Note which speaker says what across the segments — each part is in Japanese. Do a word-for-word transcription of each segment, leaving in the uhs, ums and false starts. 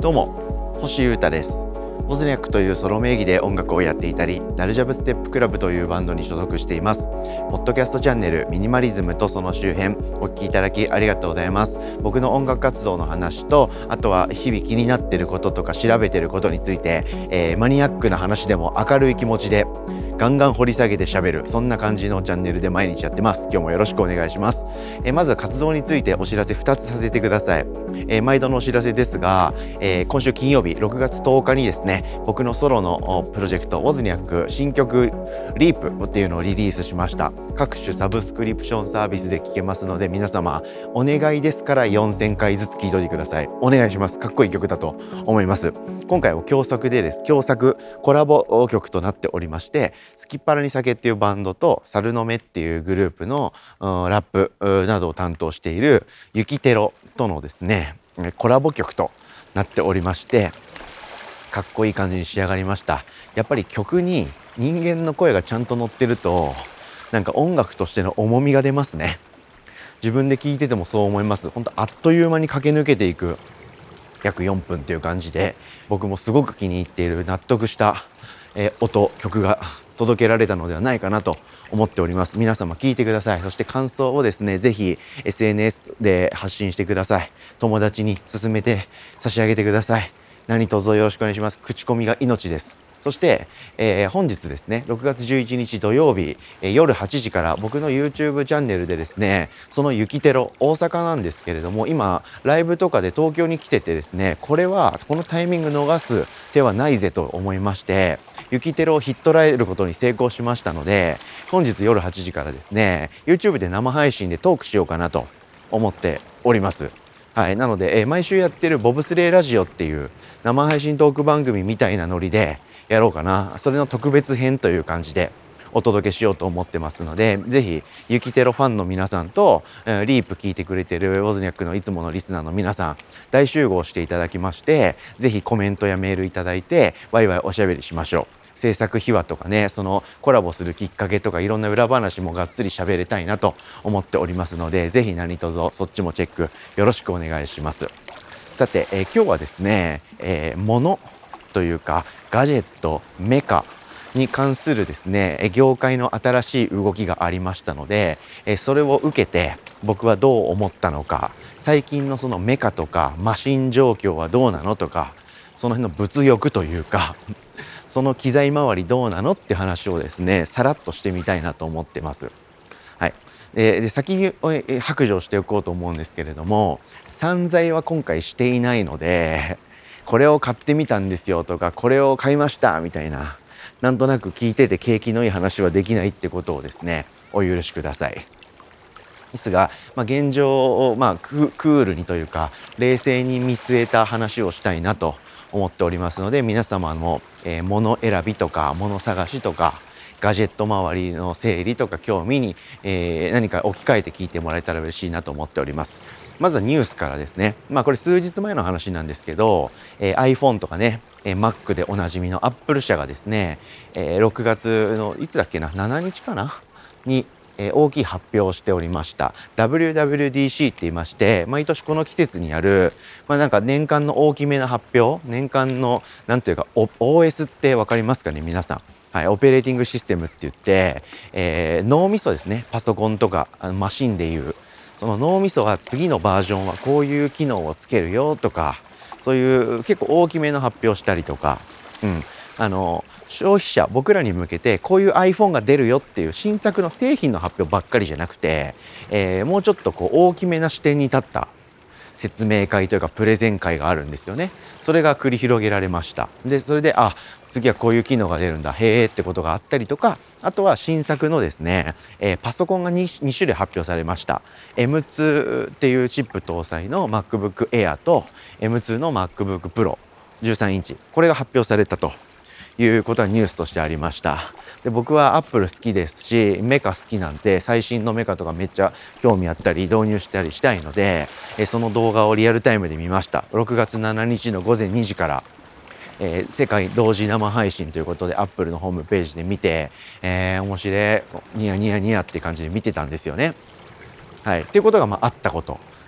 Speaker 1: どうも、星優太です。ウォズニャックというソロ名義で音楽をやっていたり、ダルジャブステップクラブというバンドに所属しています。ポッドキャストチャンネルミニマリズムとその周辺、お聞きいただきありがとうございます。僕の音楽活動の話と、あとは日々気になっていることとか調べていることについて、えー、マニアックな話でも明るい気持ちでガンガン掘り下げて喋る、そんな感じのチャンネルで毎日やってます。今日もよろしくお願いします。えー、まずは活動についてお知らせふたつさせてください。えー、毎度のお知らせですが、えー、今週金曜日ろくがつとおかにですね、僕のソロのプロジェクトウォズニャック新曲リープっていうのをリリースしました。各種サブスクリプションサービスで聴けますので、皆様お願いですからよんせんかいずつ聴いといてください。お願いします。かっこいい曲だと思います。今回は共作でです共作コラボ曲となっておりまして、スキッパラに酒っていうバンドとサルノメっていうグループのラップなどを担当しているユキテロとのですねコラボ曲となっておりまして、かっこいい感じに仕上がりました。やっぱり曲に人間の声がちゃんと乗ってると、なんか音楽としての重みが出ますね。自分で聴いててもそう思います。本当あっという間に駆け抜けていく約よんぷんっていう感じで、僕もすごく気に入っている納得した、えー、音曲が届けられたのではないかなと思っております。皆様聞いてください。そして感想をですね、ぜひ エスエヌエス で発信してください。友達に勧めて差し上げてください。何卒よろしくお願いします。口コミが命です。そして、えー、本日ですねろくがつじゅういちにち土曜日、えー、夜はちじから僕の YouTube チャンネルでですね、そのユキテロ大阪なんですけれども、今ライブとかで東京に来ててですね、これはこのタイミング逃す手はないぜと思いまして、ユキテロをひっ捕らえることに成功しましたので、本日夜はちじからですね YouTube で生配信でトークしようかなと思っております。はい、なので、えー、毎週やってるボブスレーラジオっていう生配信トーク番組みたいなノリでやろうかな。それの特別編という感じでお届けしようと思ってますので、ぜひユキテロファンの皆さんと、えー、リープ聞いてくれてるウォズニャックのいつものリスナーの皆さん大集合していただきまして、ぜひコメントやメールいただいてワイワイおしゃべりしましょう。制作秘話とかね、そのコラボするきっかけとかいろんな裏話もがっつり喋れたいなと思っておりますので、ぜひ何卒そっちもチェックよろしくお願いします。さて、えー、今日はですね、えー、物というかガジェットメカに関するですね業界の新しい動きがありましたので、えー、それを受けて僕はどう思ったのか、最近のそのメカとかマシン状況はどうなのとか、その辺の物欲というかその機材周りどうなのって話をですねさらっとしてみたいなと思ってます。はい、で先に白状しておこうと思うんですけれども、散財は今回していないので、これを買ってみたんですよとかこれを買いましたみたいな、なんとなく聞いてて景気のいい話はできないってことをですねお許しください。ですが、まあ、現状を、まあ、クールにというか冷静に見据えた話をしたいなと思っておりますので、皆様も、えー、物選びとか物探しとかガジェット周りの整理とか興味に、えー、何か置き換えて聞いてもらえたら嬉しいなと思っております。まずはニュースからですね。まあこれ数日前の話なんですけど、えー、iPhone とかね、えー、Mac でおなじみの Apple 社がですね、えー、ろくがつのいつだっけな、しちにちかなにえー、大きい発表をしておりました。 ダブリューダブリューディーシー って言いまして、毎年この季節にやる、まあ、なんか年間の大きめな発表、年間のなんていうか オーエス って分かりますかね皆さん。はい、オペレーティングシステムって言って、えー、脳みそですね。パソコンとかマシンでいうその脳みそは次のバージョンはこういう機能をつけるよとか、そういう結構大きめの発表したりとか、うん、あの消費者僕らに向けてこういう iPhone が出るよっていう新作の製品の発表ばっかりじゃなくて、えー、もうちょっとこう大きめな視点に立った説明会というかプレゼン会があるんですよね。それが繰り広げられました。でそれであ次はこういう機能が出るんだへーってことがあったりとか、あとは新作のですね、えー、パソコンが 2, に種類発表されました。 エムツー っていうチップ搭載の MacBook Air と エムツー の MacBook Pro じゅうさんインチ、これが発表されたということはニュースとしてありました。で僕はアップル好きですし、メカ好きなんで最新のメカとかめっちゃ興味あったり導入したりしたいので、えその動画をリアルタイムで見ました。ろくがつしちにちのごぜんにじから、えー、世界同時生配信ということでアップルのホームページで見て、えー、面白いニヤニヤニヤって感じで見てたんですよね。はい、っていうことがまああったこと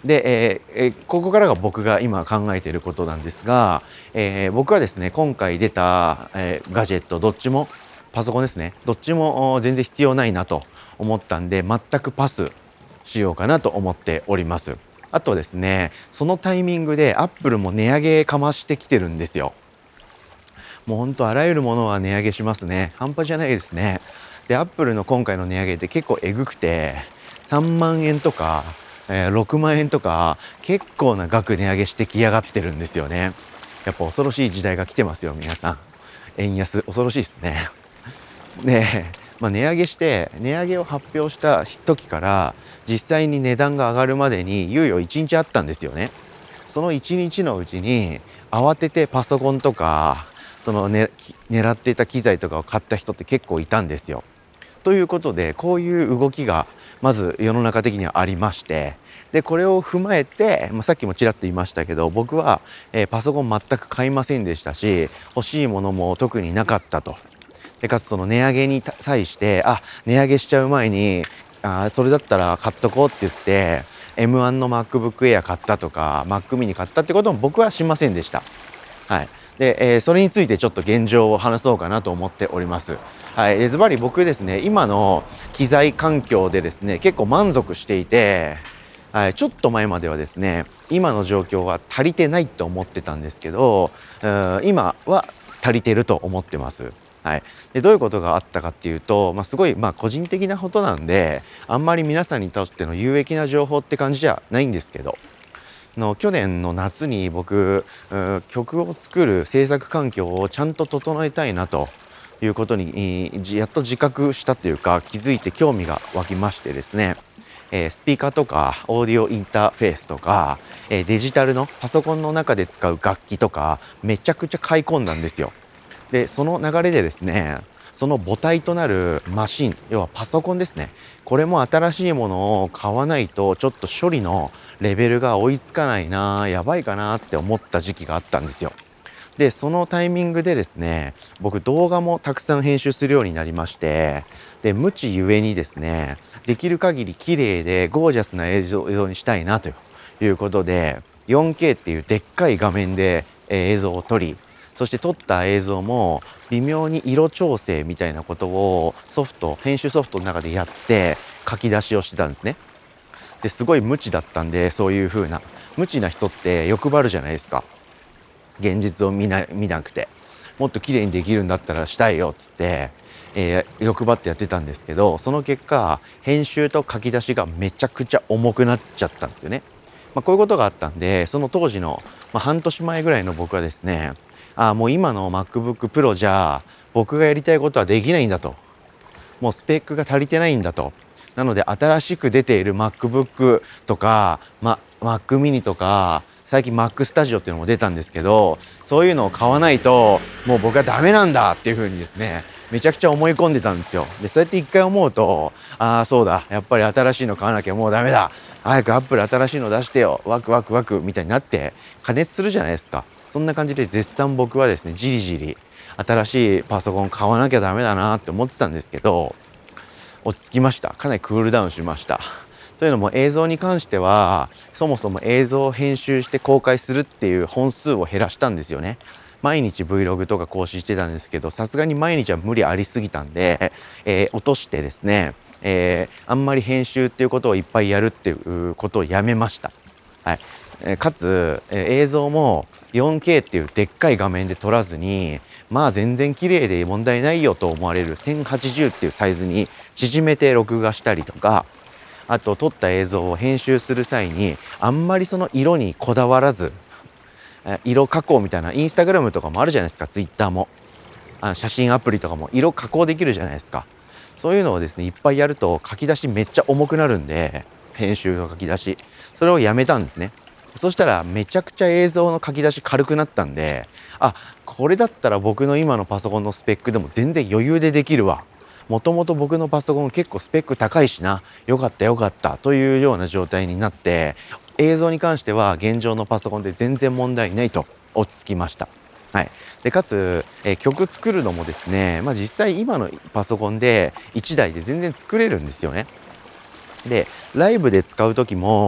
Speaker 1: で、えーえーここからが僕が今考えていることなんですが、えー僕はですね今回出た、えーガジェットどっちもパソコンですね、どっちも全然必要ないなと思ったんで全くパスしようかなと思っております。あとですね、そのタイミングでアップルも値上げかましてきてるんですよ。もうほんとあらゆるものは値上げしますね。半端じゃないですね。で、アップルの今回の値上げって結構えぐくて、さんまんえんとか、えーろくまんえんとか、結構な額値上げしてきやがってるんですよね。やっぱ恐ろしい時代が来てますよ、皆さん。円安、恐ろしいですね。で、まあ、値上げして、値上げを発表した時から、実際に値段が上がるまでに猶予いちにちあったんですよね。そのいちにちのうちに慌ててパソコンとかその、ね、狙っていた機材とかを買った人って結構いたんですよ。ということでこういう動きがまず世の中的にはありまして、でこれを踏まえて、まあ、さっきもちらっと言いましたけど僕は、えーパソコン全く買いませんでしたし欲しいものも特になかったと。でかつその値上げに際してあ値上げしちゃう前にあそれだったら買っとこうって言って エムワン の MacBook Air 買ったとか Mac mini 買ったってことも僕はしませんでした。はい。で、えーそれについてちょっと現状を話そうかなと思っております。はい。でズバリ僕ですね今の機材環境でですね結構満足していて、はい、ちょっと前まではですね今の状況は足りてないと思ってたんですけど、うん今は足りてると思ってます。はい、でどういうことがあったかっていうと、まあ、すごいまあ個人的なことなんであんまり皆さんにとっての有益な情報って感じじゃないんですけど、の去年の夏に僕うん曲を作る制作環境をちゃんと整えたいなということにいじやっと自覚したというか気づいて興味が湧きましてですね、えースピーカーとかオーディオインターフェースとか、えーデジタルのパソコンの中で使う楽器とかめちゃくちゃ買い込んだんですよ。でその流れでですねその母体となるマシン要はパソコンですね、これも新しいものを買わないとちょっと処理のレベルが追いつかないなやばいかなって思った時期があったんですよ。でそのタイミングでですね僕動画もたくさん編集するようになりまして、で無知ゆえにですねできる限り綺麗でゴージャスな映像映像にしたいなということで よんケー っていうでっかい画面で、えー映像を撮り、そして撮った映像も微妙に色調整みたいなことをソフト編集ソフトの中でやって書き出しをしてたんですね。ですごい無知だったんで、そういう風な無知な人って欲張るじゃないですか。現実を見な見なくてもっと綺麗にできるんだったらしたいよっつって、えー欲張ってやってたんですけど、その結果編集と書き出しがめちゃくちゃ重くなっちゃったんですよね。まあ、こういうことがあったんでその当時の、まあ、半年前ぐらいの僕はですねあもう今の MacBook Pro じゃ僕がやりたいことはできないんだと、もうスペックが足りてないんだと。なので新しく出ている MacBook とか、ま、Mac mini とか最近 Mac Studio っていうのも出たんですけど、そういうのを買わないともう僕はダメなんだっていう風にですねめちゃくちゃ思い込んでたんですよ。でそうやって一回思うとああそうだやっぱり新しいの買わなきゃもうダメだ、早く Apple 新しいの出してよワクワクワクみたいになって加熱するじゃないですか。そんな感じで絶賛僕はですねじりじり新しいパソコン買わなきゃダメだなって思ってたんですけど、落ち着きました。かなりクールダウンしました。というのも映像に関してはそもそも映像を編集して公開するっていう本数を減らしたんですよね。毎日 Vlog とか更新してたんですけど、さすがに毎日は無理ありすぎたんで、えー落としてですね、えーあんまり編集っていうことをいっぱいやるっていうことをやめました。はい。えーかつ、えー映像も よんケー っていうでっかい画面で撮らずに、まあ全然綺麗で問題ないよと思われるせんはちじゅうっていうサイズに縮めて録画したりとか、あと撮った映像を編集する際にあんまりその色にこだわらず、え色加工みたいなインスタグラムとかもあるじゃないですか、ツイッターもあ写真アプリとかも色加工できるじゃないですか。そういうのをですねいっぱいやると書き出しめっちゃ重くなるんで、編集の書き出しそれをやめたんですね。そしたらめちゃくちゃ映像の書き出し軽くなったんで、あこれだったら僕の今のパソコンのスペックでも全然余裕でできるわ、もともと僕のパソコン結構スペック高いしな、よかったよかったというような状態になって、映像に関しては現状のパソコンで全然問題ないと落ち着きました。はい、でかつ、えー曲作るのもですね、まあ、実際今のパソコンでいちだいで全然作れるんですよね。でライブで使う時も、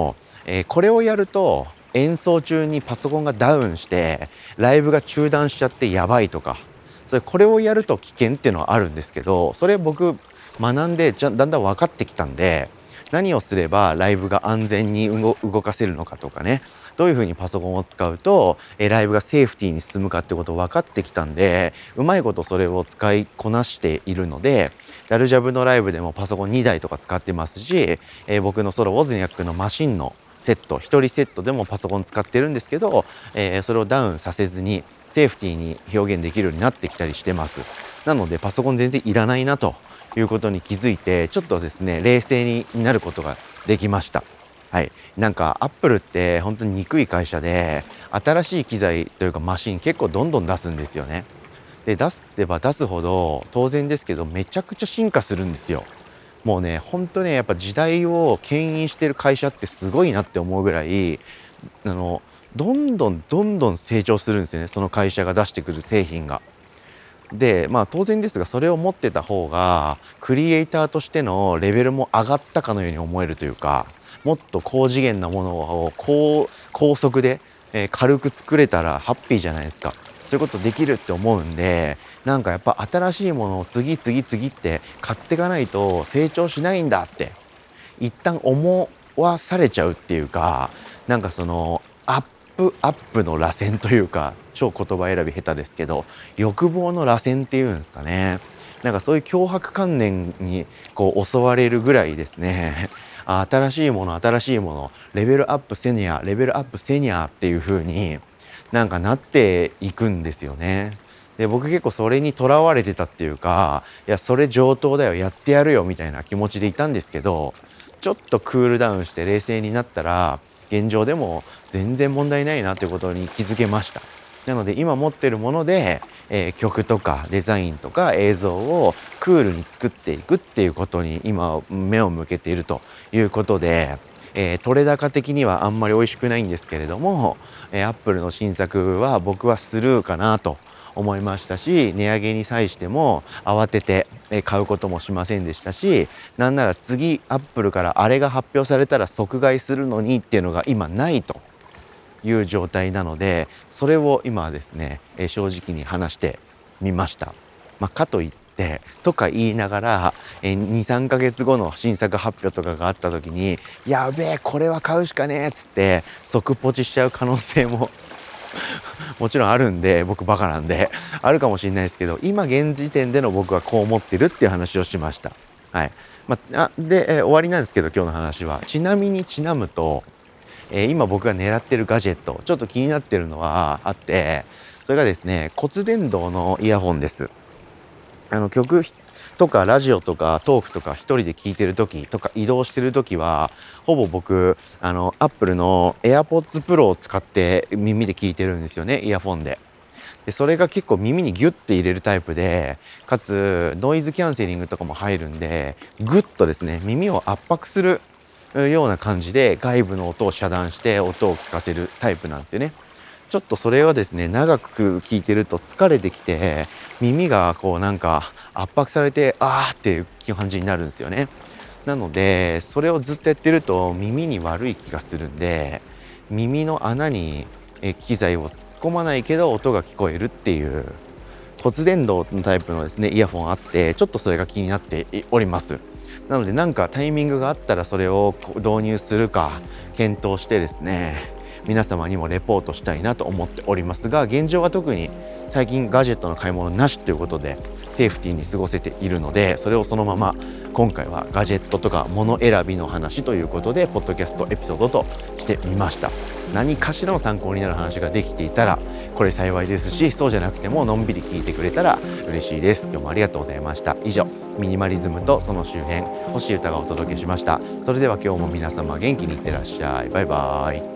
Speaker 1: えーこれをやると演奏中にパソコンがダウンしてライブが中断しちゃってやばいとか、それこれをやると危険っていうのはあるんですけど、それ僕学んでじゃだんだん分かってきたんで、何をすればライブが安全に動動かせるのかとかね、どういうふうにパソコンを使うとえライブがセーフティーに進むかってことを分かってきたんで、うまいことそれを使いこなしているので、ダルジャブのライブでもパソコンにだいとか使ってますし、えー僕のソロウォズニャックのマシンのセットひとりセットでもパソコン使ってるんですけど、えーそれをダウンさせずにセーフティーに表現できるようになってきたりしてます。なのでパソコン全然いらないなということに気づいて、ちょっとですね冷静になることができました。はい、なんかアップルって本当に憎い会社で、新しい機材というかマシン結構どんどん出すんですよね。で出すってば出すほど当然ですけどめちゃくちゃ進化するんですよ。もうね本当ねやっぱ時代を牽引してる会社ってすごいなって思うぐらい、あのどんどんどんどん成長するんですよね、その会社が出してくる製品が。でまあ当然ですが、それを持ってた方がクリエイターとしてのレベルも上がったかのように思えるというか、もっと高次元なものを高高速で、えー軽く作れたらハッピーじゃないですか。そういうことできるって思うんで、なんかやっぱ新しいものを次々次って買っていかないと成長しないんだって一旦思わされちゃうっていうか、なんかそのアップアップの螺旋というか、超言葉選び下手ですけど欲望の螺旋っていうんですかね、なんかそういう強迫観念にこう襲われるぐらいですね、あ新しいもの新しいものレベルアップセニアレベルアップセニアっていう風になんかなっていくんですよね。で僕結構それにとらわれてたっていうか、いやそれ上等だよやってやるよみたいな気持ちでいたんですけど、ちょっとクールダウンして冷静になったら現状でも全然問題ないなということに気づけました。なので今持ってるもので、えー曲とかデザインとか映像をクールに作っていくっていうことに今目を向けているということで、えー取れ高的にはあんまり美味しくないんですけれども、えー、アップルの新作は僕はスルーかなと思いましたし、値上げに際しても慌ててえー買うこともしませんでしたし、なんなら次アップルからあれが発表されたら即買いするのにっていうのが今ないという状態なので、それを今はですね、えー正直に話してみました。まあ、かといってとか言いながら、えー、にさんかげつごの新作発表とかがあった時にやべえこれは買うしかねえっつって即ポチしちゃう可能性ももちろんあるんで、僕バカなんであるかもしれないですけど、今現時点での僕はこう思ってるっていう話をしました。はい。まあ、で、えー終わりなんですけど今日の話はちなみにちなむと、えー今僕が狙ってるガジェットちょっと気になってるのはあって、それがですね骨伝導のイヤホンです。あの曲とかラジオとかトークとか一人で聞いてる時とか移動してる時はほぼ僕あのアップルの AirPods Pro を使って耳で聞いてるんですよね、イヤフォンで。でそれが結構耳にギュッて入れるタイプで、かつノイズキャンセリングとかも入るんでグッとですね耳を圧迫するような感じで外部の音を遮断して音を聞かせるタイプなんですよね。ちょっとそれはですね長く聞いてると疲れてきて耳がこうなんか圧迫されてあーっていう感じになるんですよね。なのでそれをずっとやってると耳に悪い気がするんで、耳の穴にえ機材を突っ込まないけど音が聞こえるっていう骨伝導のタイプのですねイヤホンあって、ちょっとそれが気になっております。なのでなんかタイミングがあったらそれを導入するか検討してですね皆様にもレポートしたいなと思っておりますが、現状は特に最近ガジェットの買い物なしということでセーフティーに過ごせているので、それをそのまま今回はガジェットとか物選びの話ということでポッドキャストエピソードとしてみました。何かしらの参考になる話ができていたらこれ幸いですし、そうじゃなくてものんびり聞いてくれたら嬉しいです。今日もありがとうございました。以上ミニマリズムとその周辺星歌がお届けしました。それでは今日も皆様元気にいってらっしゃい。バイバイ。